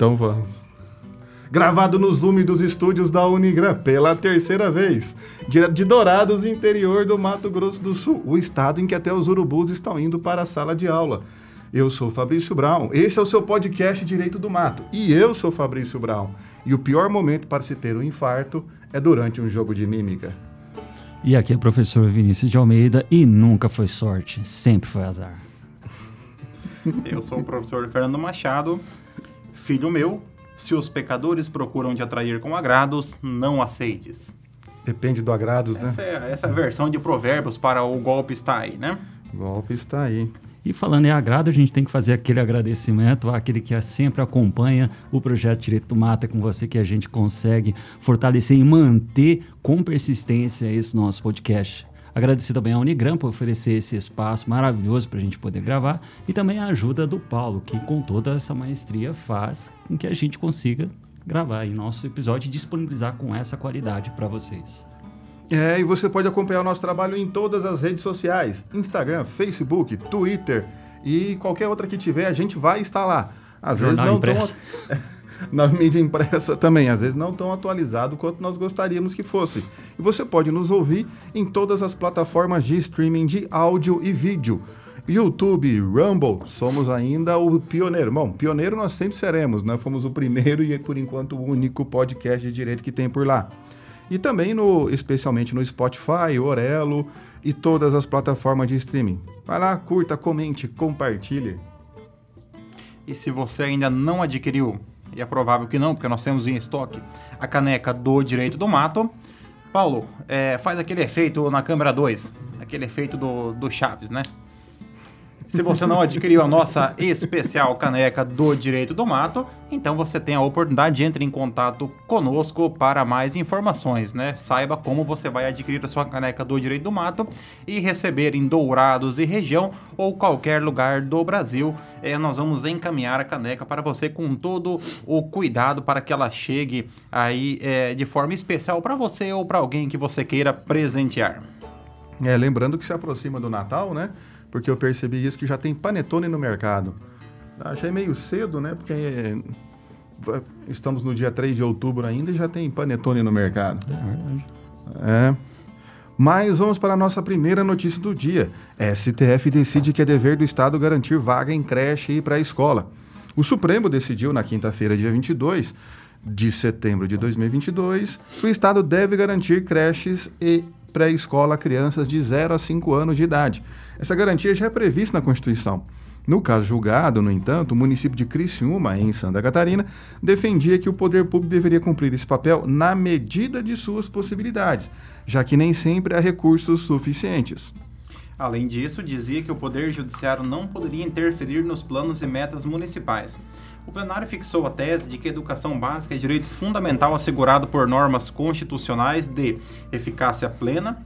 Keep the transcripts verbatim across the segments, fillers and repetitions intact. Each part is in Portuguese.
Então vamos. Gravado nos úmidos estúdios da Unigran pela terceira vez, direto de Dourados, interior do Mato Grosso do Sul, o estado em que até os urubus estão indo para a sala de aula. Eu sou Fabrício Brown, esse é o seu podcast Direito do Mato, e eu sou Fabrício Brown. E o pior momento para se ter um infarto é durante um jogo de mímica. E aqui é o professor Vinícius de Almeida, e nunca foi sorte, sempre foi azar. Eu sou o professor Fernando Machado, filho meu, se os pecadores procuram te atrair com agrados, não aceites. Depende do agrado, né? Essa é, essa é a versão de provérbios para o golpe está aí, né? O golpe está aí. E falando em agrado, a gente tem que fazer aquele agradecimento àquele que sempre acompanha o projeto Direito do Mato. É com você que a gente consegue fortalecer e manter com persistência esse nosso podcast. Agradecer também à Unigran por oferecer esse espaço maravilhoso para a gente poder gravar e também a ajuda do Paulo, que com toda essa maestria faz com que a gente consiga gravar aí nosso episódio e disponibilizar com essa qualidade para vocês. É, e você pode acompanhar o nosso trabalho em todas as redes sociais, Instagram, Facebook, Twitter e qualquer outra que tiver, a gente vai estar lá. Às Jornal vezes não impresso. tão... Na mídia impressa também, às vezes não tão atualizado quanto nós gostaríamos que fosse. E você pode nos ouvir em todas as plataformas de streaming de áudio e vídeo. YouTube, Rumble, somos ainda o pioneiro. Bom, pioneiro nós sempre seremos, né? Fomos o primeiro e, por enquanto, o único podcast de direito que tem por lá. E também, no, especialmente no Spotify, Orelo e todas as plataformas de streaming. Vai lá, curta, comente, compartilhe. E se você ainda não adquiriu, e é provável que não, porque nós temos em estoque a caneca do Direito do Mato, Paulo, é, faz aquele efeito na câmera dois, aquele efeito do, do Chaves, né? Se você não adquiriu a nossa especial caneca do Direito do Mato, então você tem a oportunidade de entrar em contato conosco para mais informações, né? Saiba como você vai adquirir a sua caneca do Direito do Mato e receber em Dourados e região ou qualquer lugar do Brasil. É, nós vamos encaminhar a caneca para você com todo o cuidado para que ela chegue aí é, de forma especial para você ou para alguém que você queira presentear. É, lembrando que se aproxima do Natal, né? Porque eu percebi isso, que já tem panetone no mercado. Achei meio cedo, né? Porque é, estamos no dia três de outubro ainda e já tem panetone no mercado. É verdade. É. Mas vamos para a nossa primeira notícia do dia. S T F decide que é dever do Estado garantir vaga em creche e pré-escola. O Supremo decidiu na quinta-feira, dia vinte e dois de setembro de dois mil e vinte e dois, que o Estado deve garantir creches e pré-escola a crianças de zero a cinco anos de idade. Essa garantia já é prevista na Constituição. No caso julgado, no entanto, o município de Criciúma, em Santa Catarina, defendia que o poder público deveria cumprir esse papel na medida de suas possibilidades, já que nem sempre há recursos suficientes. Além disso, dizia que o Poder Judiciário não poderia interferir nos planos e metas municipais. O plenário fixou a tese de que a educação básica é direito fundamental assegurado por normas constitucionais de eficácia plena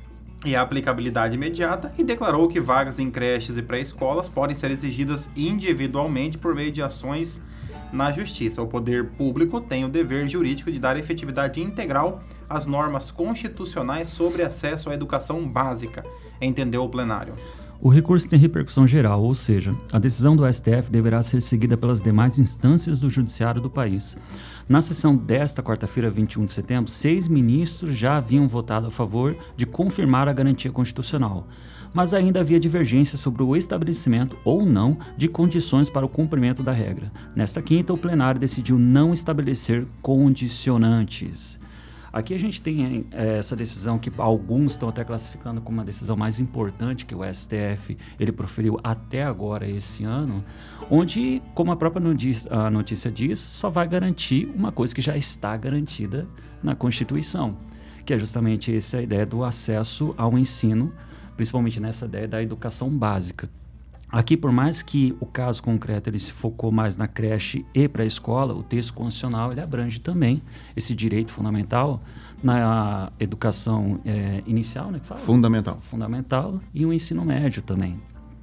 e aplicabilidade imediata e declarou que vagas em creches e pré-escolas podem ser exigidas individualmente por meio de ações na Justiça. O poder público tem o dever jurídico de dar efetividade integral às normas constitucionais sobre acesso à educação básica, entendeu o plenário. O recurso tem repercussão geral, ou seja, a decisão do S T F deverá ser seguida pelas demais instâncias do judiciário do país. Na sessão desta quarta-feira, vinte e um de setembro, seis ministros já haviam votado a favor de confirmar a garantia constitucional, mas ainda havia divergência sobre o estabelecimento ou não de condições para o cumprimento da regra. Nesta quinta, o plenário decidiu não estabelecer condicionantes. Aqui a gente tem é, essa decisão que alguns estão até classificando como uma decisão mais importante que o S T F ele proferiu até agora esse ano, onde, como a própria notícia, a notícia diz, só vai garantir uma coisa que já está garantida na Constituição, que é justamente essa ideia do acesso ao ensino, principalmente nessa ideia da educação básica. Aqui, por mais que o caso concreto ele se focou mais na creche e pré-escola, o texto constitucional ele abrange também esse direito fundamental na educação é, inicial, né? Que fala? Fundamental. Fundamental e o ensino médio também.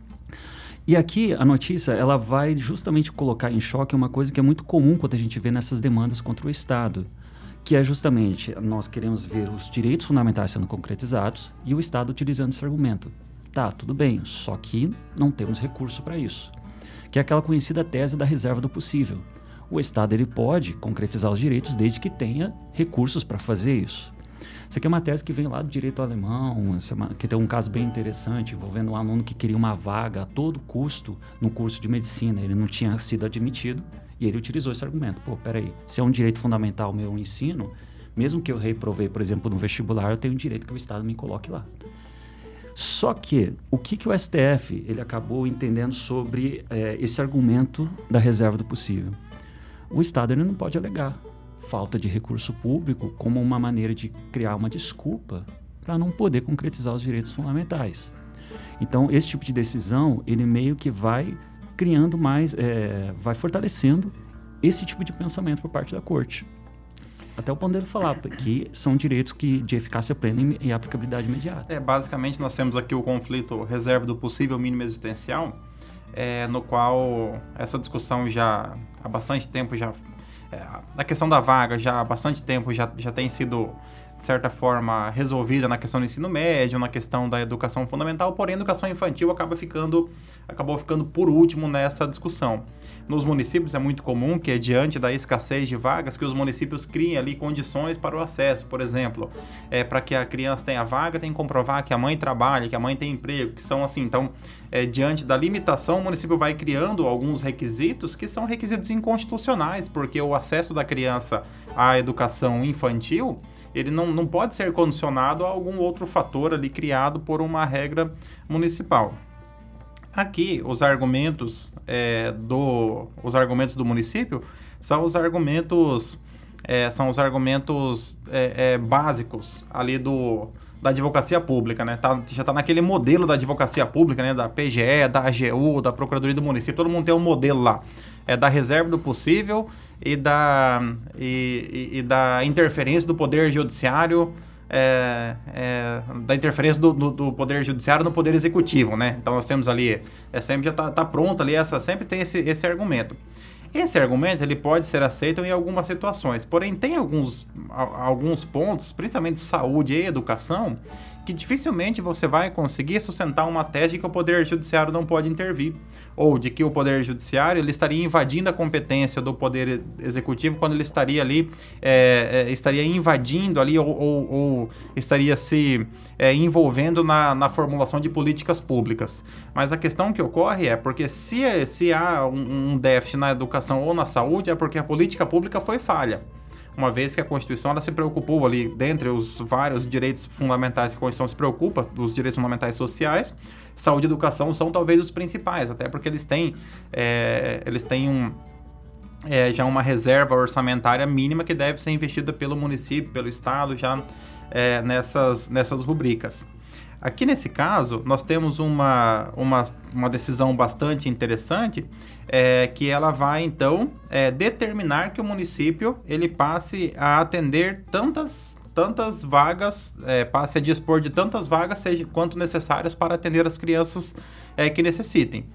E aqui a notícia ela vai justamente colocar em choque uma coisa que é muito comum quando a gente vê nessas demandas contra o Estado, que é justamente nós queremos ver os direitos fundamentais sendo concretizados e o Estado utilizando esse argumento. Tá, tudo bem, só que não temos recurso para isso. Que é aquela conhecida tese da reserva do possível. o Estado ele pode concretizar os direitos desde que tenha recursos para fazer isso. Isso aqui é uma tese que vem lá do direito alemão, que tem um caso bem interessante envolvendo um aluno que queria uma vaga a todo custo no curso de medicina. Ele não tinha sido admitido e ele utilizou esse argumento. Pô, peraí, se é um direito fundamental meu o ensino, mesmo que eu reprovei, por exemplo, no vestibular, eu tenho o direito que o Estado me coloque lá. Só que, o que, que o S T F ele acabou entendendo sobre é, esse argumento da reserva do possível? O Estado ele não pode alegar falta de recurso público como uma maneira de criar uma desculpa para não poder concretizar os direitos fundamentais. Então, esse tipo de decisão, ele meio que vai criando mais, é, vai fortalecendo esse tipo de pensamento por parte da Corte. Até o ponto dele falar que são direitos que, de eficácia plena e aplicabilidade imediata. É, basicamente, nós temos aqui o conflito reserva do possível mínimo existencial, é, no qual essa discussão já há bastante tempo já... É, a questão da vaga já há bastante tempo já, já tem sido, de certa forma, resolvida na questão do ensino médio, na questão da educação fundamental, porém a educação infantil acaba ficando, acabou ficando por último nessa discussão. Nos municípios é muito comum que, diante da escassez de vagas, que os municípios criem ali condições para o acesso. Por exemplo, é, para que a criança tenha vaga, tem que comprovar que a mãe trabalha, que a mãe tem emprego, que são assim. Então, é, diante da limitação, o município vai criando alguns requisitos que são requisitos inconstitucionais, porque o acesso da criança à educação infantil, ele não, não pode ser condicionado a algum outro fator ali criado por uma regra municipal. Aqui, os argumentos, é, do, os argumentos do município são os argumentos, é, são os argumentos é, é, básicos ali do, da advocacia pública, né? Tá, já está naquele modelo da advocacia pública, né? Da P G E, da A G U, da Procuradoria do Município, todo mundo tem um modelo lá. É da reserva do possível e da, e, e, e da interferência do Poder Judiciário, É, é, da interferência do, do, do Poder Judiciário no Poder Executivo, né? Então nós temos ali, é, sempre já está tá pronto ali, essa, sempre tem esse, esse argumento. Esse argumento ele pode ser aceito em algumas situações, porém tem alguns, a, alguns pontos, principalmente saúde e educação, que dificilmente você vai conseguir sustentar uma tese de que o Poder Judiciário não pode intervir, ou de que o Poder Judiciário ele estaria invadindo a competência do Poder Executivo quando ele estaria ali, é, é, estaria invadindo ali ou, ou, ou estaria se é, envolvendo na, na formulação de políticas públicas. Mas a questão que ocorre é porque se, se há um, um déficit na educação ou na saúde, é porque a política pública foi falha. Uma vez que a Constituição ela se preocupou ali, dentre os vários direitos fundamentais que a Constituição se preocupa, dos direitos fundamentais sociais, saúde e educação são talvez os principais, até porque eles têm, é, eles têm um, é, já uma reserva orçamentária mínima que deve ser investida pelo município, pelo Estado, já é, nessas, nessas rubricas. Aqui nesse caso, nós temos uma, uma, uma decisão bastante interessante, é, que ela vai, então, é, determinar que o município ele passe a atender tantas, tantas vagas, é, passe a dispor de tantas vagas, seja quanto necessárias para atender as crianças é, que necessitem.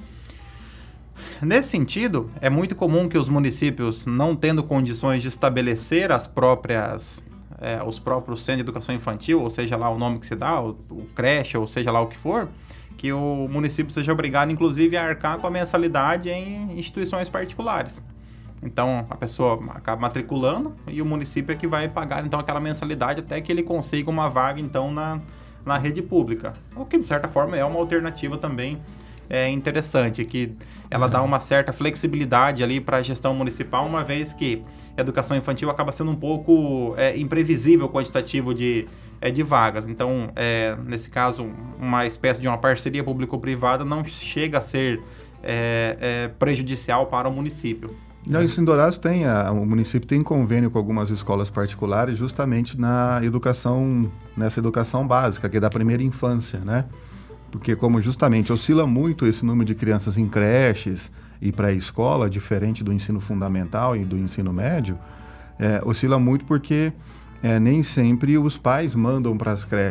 Nesse sentido, é muito comum que os municípios, não tendo condições de estabelecer as próprias... É, os próprios centros de educação infantil, ou seja lá o nome que se dá, o, o creche, ou seja lá o que for, que o município seja obrigado, inclusive, a arcar com a mensalidade em instituições particulares. Então, a pessoa acaba matriculando e o município é que vai pagar, então, aquela mensalidade até que ele consiga uma vaga, então, na, na rede pública. O que, de certa forma, é uma alternativa também é, interessante, que ela uhum. dá uma certa flexibilidade ali para a gestão municipal, uma vez que a educação infantil acaba sendo um pouco é, imprevisível o quantitativo de, é, de vagas. Então, é, nesse caso, uma espécie de uma parceria público-privada não chega a ser é, é, prejudicial para o município. Não, isso em Dourados tem, a, o município tem convênio com algumas escolas particulares justamente na educação, nessa educação básica, que é da primeira infância, né? Porque como justamente oscila muito esse número de crianças em creches e pré-escola, diferente do ensino fundamental e do ensino médio, é, oscila muito porque é, nem sempre os pais mandam para as creches.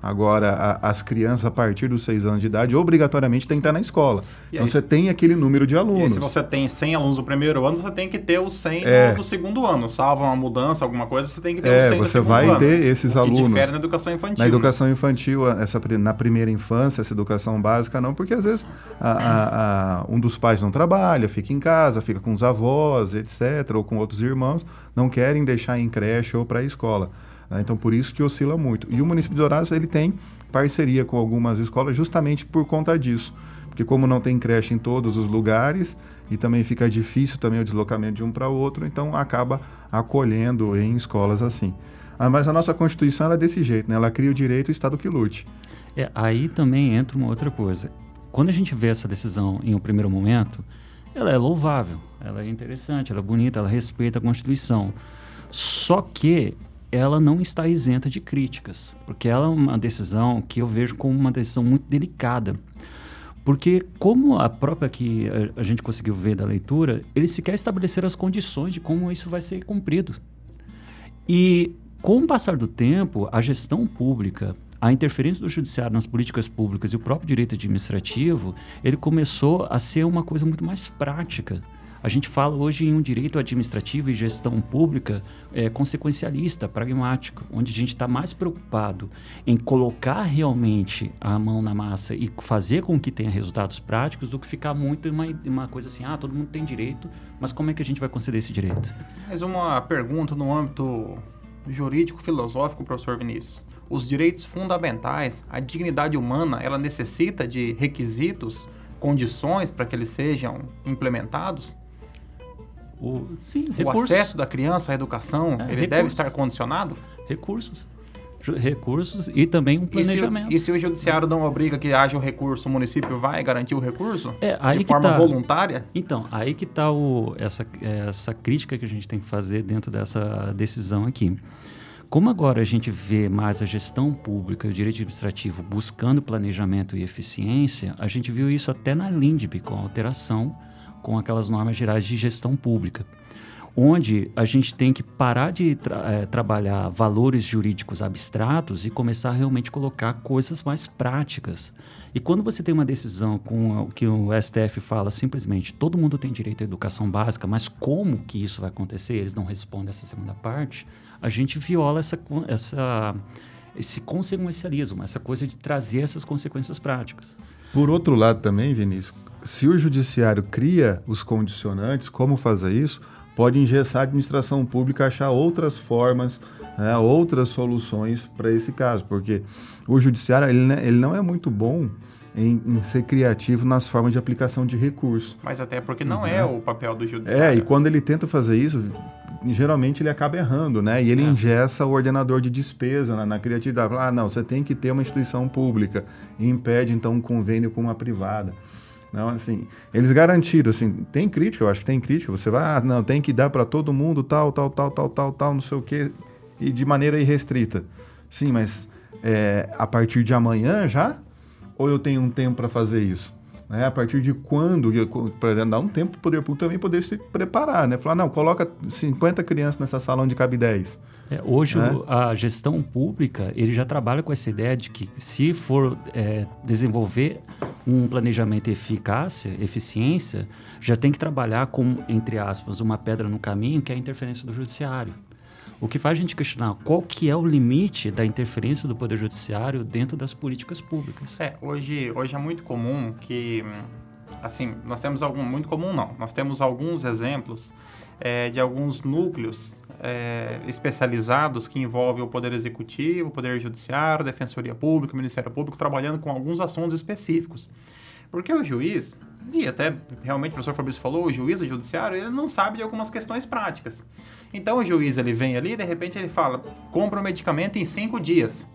Agora, a, as crianças a partir dos seis anos de idade, obrigatoriamente tem que estar na escola. E então, aí, você tem aquele número de E alunos. se você tem cem alunos no primeiro ano, você tem que ter os cem É. no, no segundo ano. Salva uma mudança, alguma coisa, você tem que ter É, os cem no você segundo vai ano. ter esses o que alunos. difere na educação infantil. Na educação infantil, essa, pri- na primeira infância, essa educação básica não, porque às vezes a- a- a- um dos pais não trabalha, fica em casa, fica com os avós, etcétera, ou com outros irmãos, não querem deixar em creche ou pré-escola. Né? Então, por isso que oscila muito. E o município de Dourados, ele tem parceria com algumas escolas justamente por conta disso. Porque como não tem creche em todos os lugares e também fica difícil também o deslocamento de um para o outro, então acaba acolhendo em escolas assim. Ah, mas a nossa Constituição ela é desse jeito, né? Ela cria o direito, o Estado que lute. É, aí também entra uma outra coisa. Quando a gente vê essa decisão em um primeiro momento, ela é louvável, ela é interessante, ela é bonita, ela respeita a Constituição. Só que ela não está isenta de críticas, porque ela é uma decisão que eu vejo como uma decisão muito delicada. Porque, como a própria que a, a gente conseguiu ver da leitura, eles sequer estabeleceram as condições de como isso vai ser cumprido. E, com o passar do tempo, a gestão pública, a interferência do judiciário nas políticas públicas e o próprio direito administrativo, ele começou a ser uma coisa muito mais prática. A gente fala hoje em um direito administrativo e gestão pública é, consequencialista, pragmático, onde a gente está mais preocupado em colocar realmente a mão na massa e fazer com que tenha resultados práticos do que ficar muito em uma, uma coisa assim, ah, todo mundo tem direito, mas como é que a gente vai conceder esse direito? Mais uma pergunta no âmbito jurídico-filosófico, professor Vinícius. Os direitos fundamentais, a dignidade humana, ela necessita de requisitos, condições para que eles sejam implementados? O, sim, O recursos. acesso da criança à educação, É, ele recursos. deve estar condicionado? Recursos. Ju- Recursos e também um E se, o- planejamento. e se o judiciário não obriga que haja o recurso, o município vai garantir o recurso? É, aí de que forma tá. voluntária? Então, aí que está essa, essa crítica que a gente tem que fazer dentro dessa decisão aqui. Como agora a gente vê mais a gestão pública e o direito administrativo buscando planejamento e eficiência, a gente viu isso até na LINDB, com a alteração com aquelas normas gerais de gestão pública, onde a gente tem que parar de tra é, trabalhar valores jurídicos abstratos e começar a realmente colocar coisas mais práticas. E quando você tem uma decisão com o que o S T F fala simplesmente todo mundo tem direito à educação básica, mas como que isso vai acontecer? Eles não respondem essa segunda parte. A gente viola essa, essa, esse consequencialismo, essa coisa de trazer essas consequências práticas. Por outro lado também, Vinícius, se o judiciário cria os condicionantes, como fazer isso, pode engessar a administração pública a achar outras formas, né, outras soluções para esse caso, porque o judiciário ele, né, ele não é muito bom em, em ser criativo nas formas de aplicação de recurso. Mas até porque não Uhum. é o papel do judiciário. É, e quando ele tenta fazer isso, geralmente ele acaba errando, né? E ele É. engessa o ordenador de despesa na, na criatividade. Ah, não, você tem que ter uma instituição pública e impede, então, um convênio com uma privada. Não, assim, eles garantiram, assim, tem crítica, eu acho que tem crítica, você vai, ah, não, tem que dar para todo mundo, tal, tal, tal, tal, tal, tal, não sei o quê, e de maneira irrestrita. Sim, mas é, a partir de amanhã já? Ou eu tenho um tempo para fazer isso? Né? A partir de quando? Para dar um tempo para o poder público também poder se preparar, né? Falar, não, coloca cinquenta crianças nessa sala onde cabe dez. É, hoje Né? o- a gestão pública ele já trabalha com essa ideia de que se for é, desenvolver um planejamento eficácia, eficiência, já tem que trabalhar com, entre aspas, uma pedra no caminho, que é a interferência do judiciário. O que faz a gente questionar qual que é o limite da interferência do Poder Judiciário dentro das políticas públicas. É, hoje, hoje é muito comum que, assim, nós temos algum, muito comum não, nós temos alguns exemplos é, de alguns núcleos é, especializados que envolvem o Poder Executivo, o Poder Judiciário, a Defensoria Pública, o Ministério Público, trabalhando com alguns assuntos específicos. Porque o juiz, e até realmente o professor Fabrício falou, o juiz, o judiciário, ele não sabe de algumas questões práticas. Então o juiz, ele vem ali e de repente ele fala, compra o medicamento em cinco dias.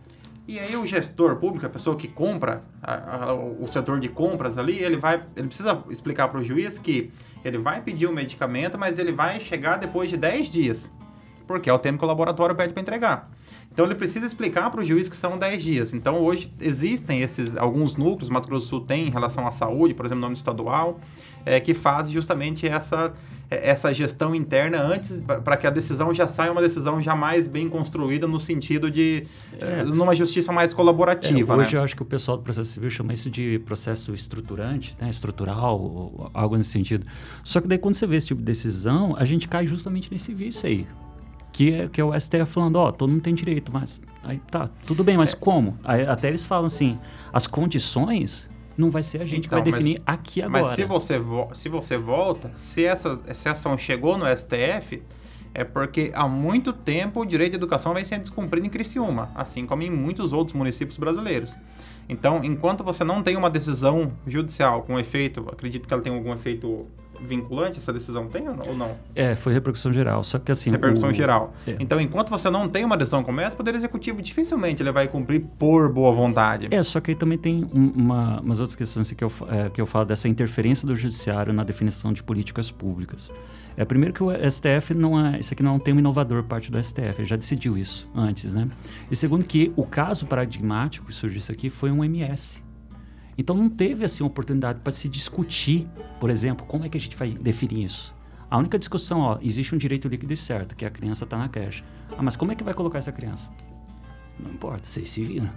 E aí o gestor público, a pessoa que compra, a, a, o setor de compras ali, ele vai, ele precisa explicar para o juiz que ele vai pedir o medicamento, mas ele vai chegar depois de dez dias, porque é o tempo que o laboratório pede para entregar. Então ele precisa explicar para o juiz que são dez dias. Então hoje existem esses alguns núcleos, o Mato Grosso do Sul tem em relação à saúde, por exemplo, no âmbito estadual, é, que fazem justamente essa, essa gestão interna antes, para que a decisão já saia uma decisão já mais bem construída no sentido de é. numa justiça mais colaborativa. É, hoje né? eu acho que o pessoal do processo civil chama isso de processo estruturante, né? Estrutural, ou algo nesse sentido. Só que daí quando você vê esse tipo de decisão, a gente cai justamente nesse vício aí. Que é, que é o S T F falando, ó, oh, todo mundo tem direito, mas aí tá, tudo bem, mas é. como? Aí, até eles falam assim, as condições não vai ser a gente então, que vai definir mas, aqui agora. Mas se você, vo- se você volta, se essa, essa ação chegou no S T F, é porque há muito tempo o direito de educação vem sendo descumprido em Criciúma, assim como em muitos outros municípios brasileiros. Então, enquanto você não tem uma decisão judicial com efeito, acredito que ela tem algum efeito vinculante, essa decisão tem ou não? É, foi repercussão geral, só que assim... Repercussão o... geral. É. Então, enquanto você não tem uma decisão como essa, o Poder Executivo dificilmente ele vai cumprir por boa vontade. É, só que aí também tem um, uma, umas outras questões que eu, é, que eu falo dessa interferência do Judiciário na definição de políticas públicas. É, primeiro que o S T F não é... Isso aqui não é um tema inovador parte do S T F, ele já decidiu isso antes, né? E segundo que o caso paradigmático que surgiu isso aqui foi um M S. Então não teve assim uma oportunidade para se discutir, por exemplo, como é que a gente vai definir isso. A única discussão, ó, existe um direito líquido e certo, que a criança está na creche. Ah, mas como é que vai colocar essa criança? Não importa, vocês se viram.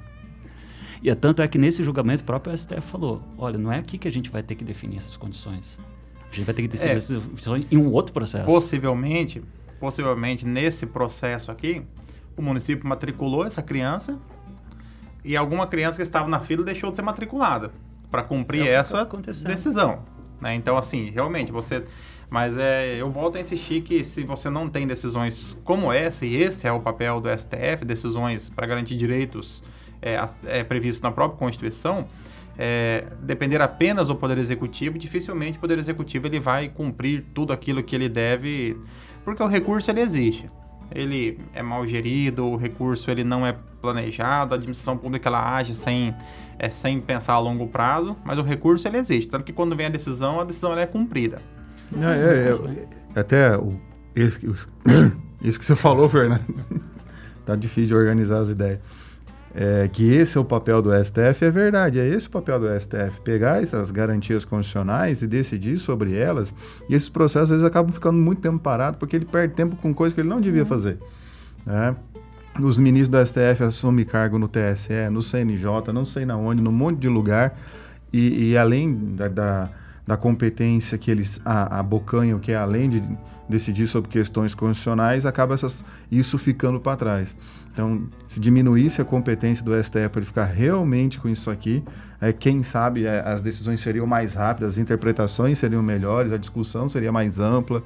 E é, tanto é que nesse julgamento o próprio S T F falou, olha, não é aqui que a gente vai ter que definir essas condições. A gente vai ter que decidir é, essas condições em um outro processo. Possivelmente, possivelmente nesse processo aqui, o município matriculou essa criança e alguma criança que estava na fila deixou de ser matriculada para cumprir é essa decisão. Né? Então, assim, realmente, você... Mas é, eu volto a insistir que se você não tem decisões como essa, e esse é o papel do S T F, decisões para garantir direitos é, é, previstos na própria Constituição, é, depender apenas do Poder Executivo, dificilmente o Poder Executivo ele vai cumprir tudo aquilo que ele deve, porque o recurso ele existe. Ele é mal gerido, o recurso ele não é planejado, a administração pública ela age sem, é, sem pensar a longo prazo, mas o recurso ele existe, tanto que quando vem a decisão, a decisão ela é cumprida. É, é, é, até o, isso, isso que você falou, Fernando, tá difícil de organizar as ideias. É, que esse é o papel do S T F, é verdade, é esse o papel do S T F, pegar essas garantias constitucionais e decidir sobre elas, e esses processos às vezes acabam ficando muito tempo parados, porque ele perde tempo com coisa que ele não devia fazer. Né? Os ministros do S T F assumem cargo no T S E, no C N J, não sei na onde, num monte de lugar, e, e além da, da, da competência que eles abocanham, que é além de decidir sobre questões constitucionais, acaba essas, isso ficando para trás. Então, se diminuísse a competência do S T F para ele ficar realmente com isso aqui, é, quem sabe é, as decisões seriam mais rápidas, as interpretações seriam melhores, a discussão seria mais ampla,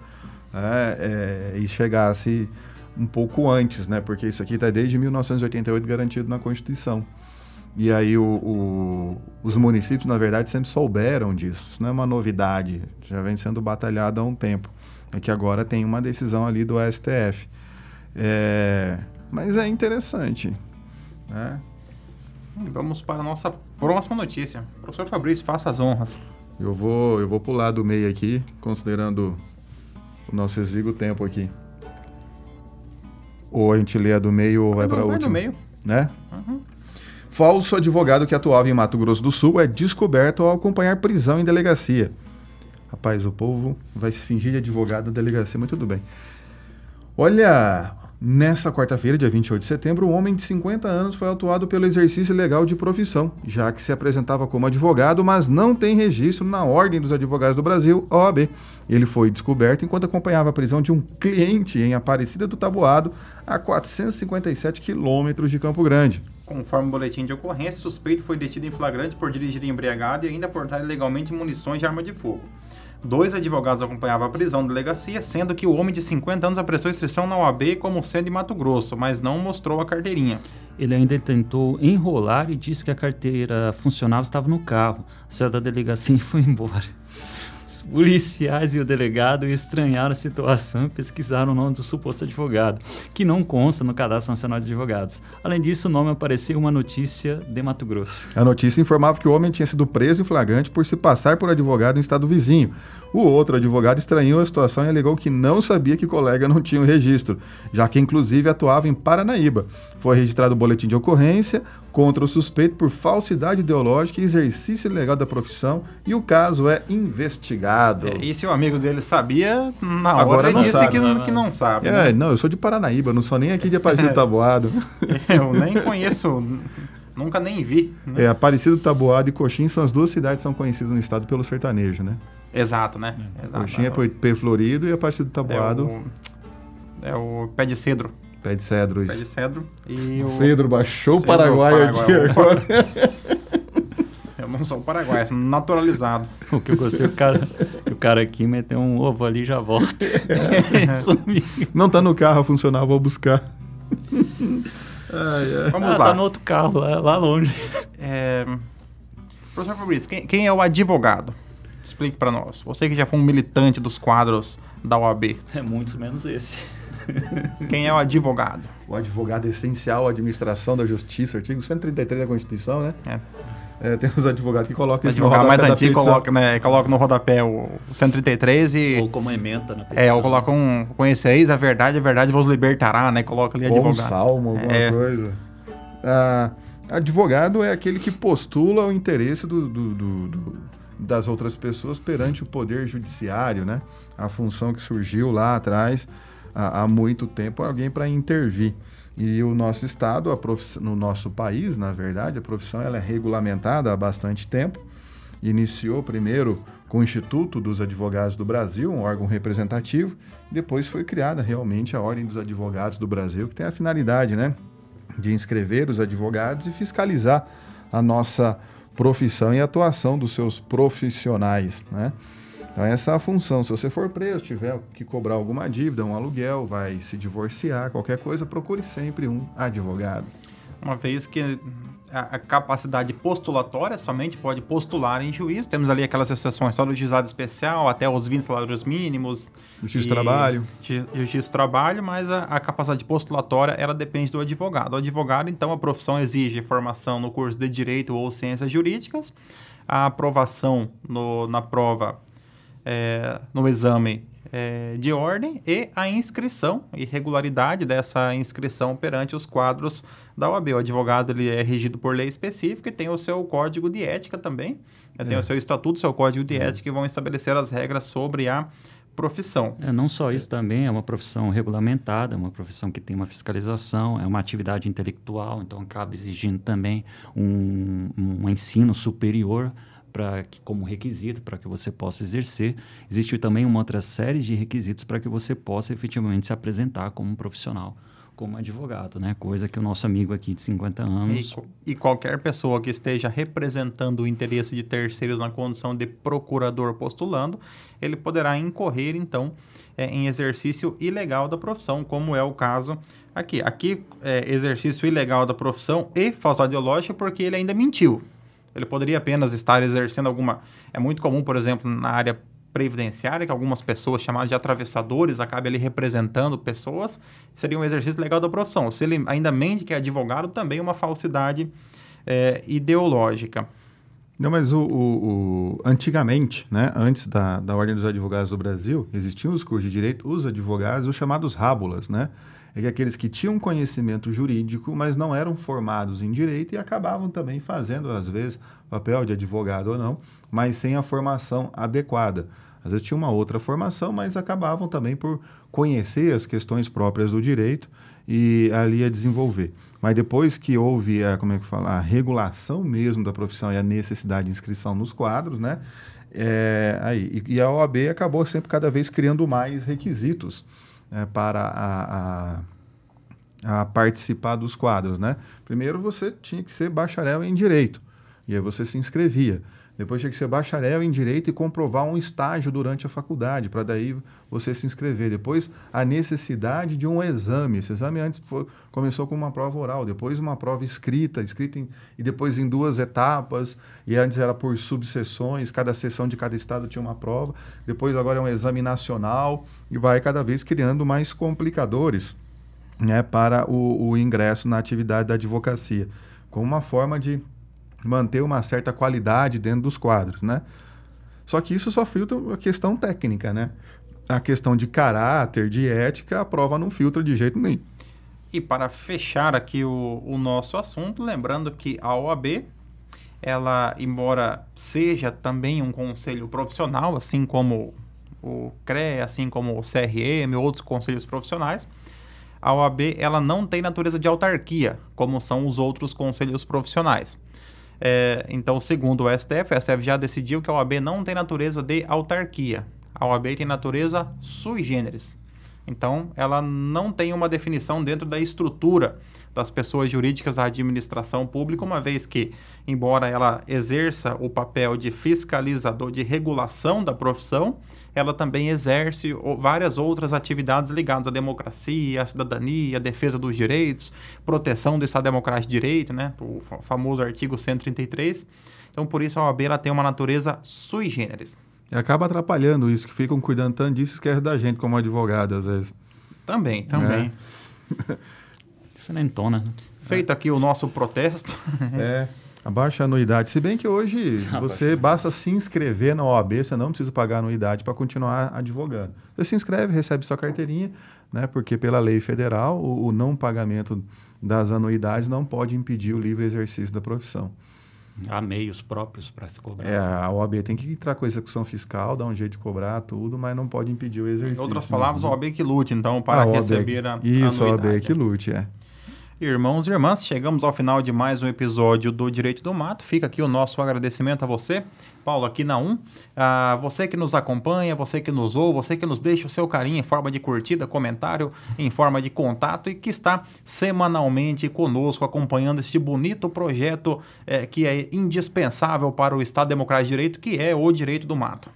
é, é, e chegasse um pouco antes, né? Porque isso aqui está desde mil novecentos e oitenta e oito garantido na Constituição. E aí o, o, os municípios, na verdade, sempre souberam disso. Isso não é uma novidade, já vem sendo batalhado há um tempo. É que agora tem uma decisão ali do S T F. É... Mas é interessante, né? Vamos para a nossa próxima notícia. Professor Fabrício, faça as honras. Eu vou, eu vou pular do meio aqui, considerando o nosso exíguo tempo aqui. Ou a gente lê a do meio ou vai para a última. Vai do meio. Né? Uhum. Falso advogado que atuava em Mato Grosso do Sul é descoberto ao acompanhar prisão em delegacia. Rapaz, o povo vai se fingir de advogado na delegacia, mas tudo bem. Olha... Nessa quarta-feira, dia vinte e oito de setembro, um homem de cinquenta anos foi autuado pelo exercício ilegal de profissão, já que se apresentava como advogado, mas não tem registro na Ordem dos Advogados do Brasil, O A B. Ele foi descoberto enquanto acompanhava a prisão de um cliente em Aparecida do Taboado, a quatrocentos e cinquenta e sete quilômetros de Campo Grande. Conforme o boletim de ocorrência, o suspeito foi detido em flagrante por dirigir embriagado e ainda portar ilegalmente munições de arma de fogo. Dois advogados acompanhavam a prisão da delegacia, sendo que o homem de cinquenta anos aprestou inscrição na O A B como sendo em Mato Grosso, mas não mostrou a carteirinha. Ele ainda tentou enrolar e disse que a carteira funcionava, estava no carro. Saiu da delegacia e foi embora. Os policiais e o delegado estranharam a situação e pesquisaram o nome do suposto advogado, que não consta no Cadastro Nacional de Advogados. Além disso, o nome aparecia em uma notícia de Mato Grosso. A notícia informava que o homem tinha sido preso em flagrante por se passar por advogado em estado vizinho. O outro advogado estranhou a situação e alegou que não sabia que o colega não tinha o registro, já que inclusive atuava em Paranaíba. Foi registrado o boletim de ocorrência contra o suspeito por falsidade ideológica e exercício ilegal da profissão, e o caso é investigado. É, e se o amigo dele sabia, na hora Agora ele não disse sabe, que, né? que não sabe. É, né? não, eu sou de Paranaíba, não sou nem aqui de Aparecido do Taboado. Eu nem conheço, nunca nem vi. Né? É, Aparecido do Taboado e Coxim são as duas cidades que são conhecidas no estado pelo sertanejo, né? Exato, né? Exato. Coxim é P Florido e Aparecido do Taboado é o, é o pé de cedro. Pé de cedro, Pé isso. de cedro. E o Cedro baixou Cedro o Paraguai, Paraguai, aqui o- agora. Eu não sou paraguaio, sou naturalizado. O que eu gostei, o cara, o cara aqui meteu um ovo ali e já volta. Sumiu. Não tá no carro a funcionar, vou buscar. Ai, ai. Vamos Ah, lá. tá no outro carro, lá, lá longe. É... Professor Fabrício, quem, quem é o advogado? Explique para nós. Você que já foi um militante dos quadros da O A B. É muito menos esse. Quem é o advogado? O advogado essencial à administração da justiça, artigo cento e trinta e três da Constituição, né? É. É, tem os advogados que colocam O isso no advogado mais rodapé da antigo petição. coloca, né, coloca no rodapé o cento e trinta e três e... Ou como ementa na petição. É, ou coloca um... Conheceis a verdade, a verdade vos libertará, né? Coloca ali Ou um advogado. salmo, alguma É. coisa. Ah, advogado é aquele que postula o interesse do, do- do- do- das outras pessoas perante o poder judiciário, né? A função que surgiu lá atrás, há, há muito tempo, alguém para intervir. E o nosso estado, a profissão, no nosso país, na verdade, a profissão ela é regulamentada há bastante tempo. Iniciou primeiro com o Instituto dos Advogados do Brasil, um órgão representativo. Depois foi criada realmente a Ordem dos Advogados do Brasil, que tem a finalidade, né, de inscrever os advogados e fiscalizar a nossa profissão e atuação dos seus profissionais, né? Então essa é a função. Se você for preso, tiver que cobrar alguma dívida, um aluguel, vai se divorciar, qualquer coisa, procure sempre um advogado. Uma vez que a, a capacidade postulatória somente pode postular em juízo. Temos ali aquelas exceções só do juizado especial, até os vinte salários mínimos. Justiça e- do Trabalho. Ju- Justiça do Trabalho, mas a, a capacidade postulatória, ela depende do advogado. O advogado, então, a profissão exige formação no curso de Direito ou Ciências Jurídicas, a aprovação no- na prova, é, no exame é, de ordem e a inscrição e regularidade dessa inscrição perante os quadros da O A B. O advogado ele é regido por lei específica e tem o seu código de ética também, né? Tem É. o seu estatuto, seu código de ética que vão estabelecer as regras sobre a profissão. É, não só isso também, é uma profissão regulamentada, é uma profissão que tem uma fiscalização, é uma atividade intelectual, então acaba exigindo também um, um ensino superior para que, como requisito para que você possa exercer. Existe também uma outra série de requisitos para que você possa efetivamente se apresentar como um profissional, como advogado, né? Coisa que o nosso amigo aqui de cinquenta E, anos... co- e qualquer pessoa que esteja representando o interesse de terceiros na condição de procurador postulando, ele poderá incorrer, então, é, em exercício ilegal da profissão, como é o caso aqui. Aqui, é exercício ilegal da profissão e falsidade ideológica porque ele ainda mentiu. Ele poderia apenas estar exercendo alguma... É muito comum, por exemplo, na área previdenciária, que algumas pessoas chamadas de atravessadores acabem ali representando pessoas, seria um exercício legal da profissão. Se ele ainda mente que é advogado, também é uma falsidade é, ideológica. Não, mas o, o- o- antigamente, né, antes da, da Ordem dos Advogados do Brasil, existiam os cursos de direito, os advogados, os chamados rábulas, né? É que aqueles que tinham conhecimento jurídico, mas não eram formados em direito e acabavam também fazendo, às vezes, papel de advogado ou não, mas sem a formação adequada. Às vezes tinha uma outra formação, mas acabavam também por conhecer as questões próprias do direito e ali a desenvolver. Mas depois que houve a, como é que fala, a regulação mesmo da profissão e a necessidade de inscrição nos quadros, né? É, aí, e, e a O A B acabou sempre cada vez criando mais requisitos é, para a, a, a participar dos quadros, né? Primeiro você tinha que ser bacharel em Direito, e aí você se inscrevia. Depois tinha que ser bacharel em Direito e comprovar um estágio durante a faculdade, para daí você se inscrever. Depois, a necessidade de um exame. Esse exame antes foi, começou com uma prova oral, depois uma prova escrita, escrita em, e depois em duas etapas, e antes era por subseções, cada seção de cada estado tinha uma prova. Depois agora é um exame nacional, e vai cada vez criando mais complicadores, né, para o, o ingresso na atividade da advocacia, como uma forma de manter uma certa qualidade dentro dos quadros, né? Só que isso só filtra a questão técnica, né? A questão de caráter, de ética, a prova não filtra de jeito nenhum. E para fechar aqui o, o nosso assunto, lembrando que a O A B, ela, embora seja também um conselho profissional, assim como o C R E A, assim como o C R M e outros conselhos profissionais, a O A B ela não tem natureza de autarquia, como são os outros conselhos profissionais. É, então, segundo o S T F, o S T F já decidiu que a O A B não tem natureza de autarquia. A O A B tem natureza sui generis. Então, ela não tem uma definição dentro da estrutura das pessoas jurídicas da administração pública, uma vez que, embora ela exerça o papel de fiscalizador, de regulação da profissão, ela também exerce várias outras atividades ligadas à democracia, à cidadania, à defesa dos direitos, proteção do Estado Democrático de Direito, né? O famoso artigo cento e trinta e três. Então, por isso, a O A B ela tem uma natureza sui generis. E acaba atrapalhando isso, que ficam cuidando tanto disso e esquecem da gente como advogado, às vezes. Também, também. É. Diferentona. Feito aqui o nosso protesto. É, abaixa a anuidade. Se bem que hoje você basta se inscrever na O A B, você não precisa pagar anuidade para continuar advogando. Você se inscreve, recebe sua carteirinha, né? Porque pela lei federal, o, o não pagamento das anuidades não pode impedir o livre exercício da profissão. Há meios próprios para se cobrar. É, a O A B tem que entrar com a execução fiscal, dar um jeito de cobrar tudo, mas não pode impedir o exercício. Em outras palavras, a O A B que lute, então, a para O A B receber a Isso, a O A B anuidade. que lute, é. Irmãos e irmãs, chegamos ao final de mais um episódio do Direito do Mato. Fica aqui o nosso agradecimento a você, Paulo, aqui na um. A você que nos acompanha, você que nos ouve, você que nos deixa o seu carinho em forma de curtida, comentário, em forma de contato e que está semanalmente conosco acompanhando este bonito projeto é, que é indispensável para o Estado Democrático de Direito, que é o Direito do Mato.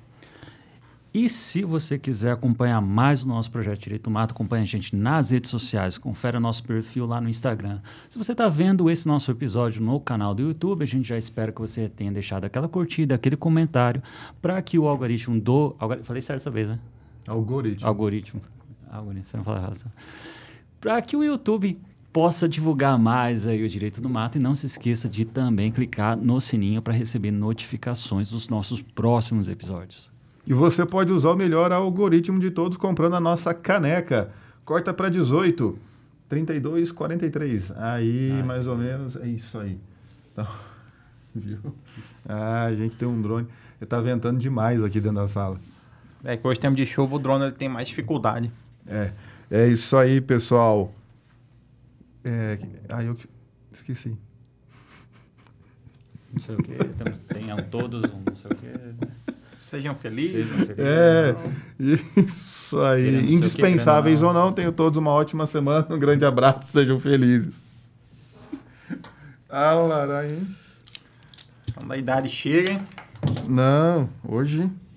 E se você quiser acompanhar mais o nosso projeto Direito do Mato, acompanha a gente nas redes sociais, confere o nosso perfil lá no Instagram. Se você está vendo esse nosso episódio no canal do YouTube, a gente já espera que você tenha deixado aquela curtida, aquele comentário, para que o algoritmo do... Algor... Falei certo essa vez, né? Algoritmo. Algoritmo. Algoritmo, você não fala razão. Para que o YouTube possa divulgar mais aí o Direito do Mato e não se esqueça de também clicar no sininho para receber notificações dos nossos próximos episódios. E você pode usar o melhor algoritmo de todos comprando a nossa caneca. Corta para dezoito, trinta e dois, quarenta e três. Aí, Ai, mais ou menos, é isso aí. Então, viu? Ah, a gente tem um drone. Ele tá ventando demais aqui dentro da sala. É que hoje, tempo de chuva, o drone ele tem mais dificuldade. É, é isso aí, pessoal. É, ah, eu esqueci. Não sei o quê. Tenham todos um não sei o quê... Sejam felizes. Sejam felizes. É, isso aí. Querendo Indispensáveis que, ou não, tenham todos uma ótima semana. Um grande abraço, sejam felizes. Ah, Lara, hein? Quando a idade chega, hein? Não, hoje...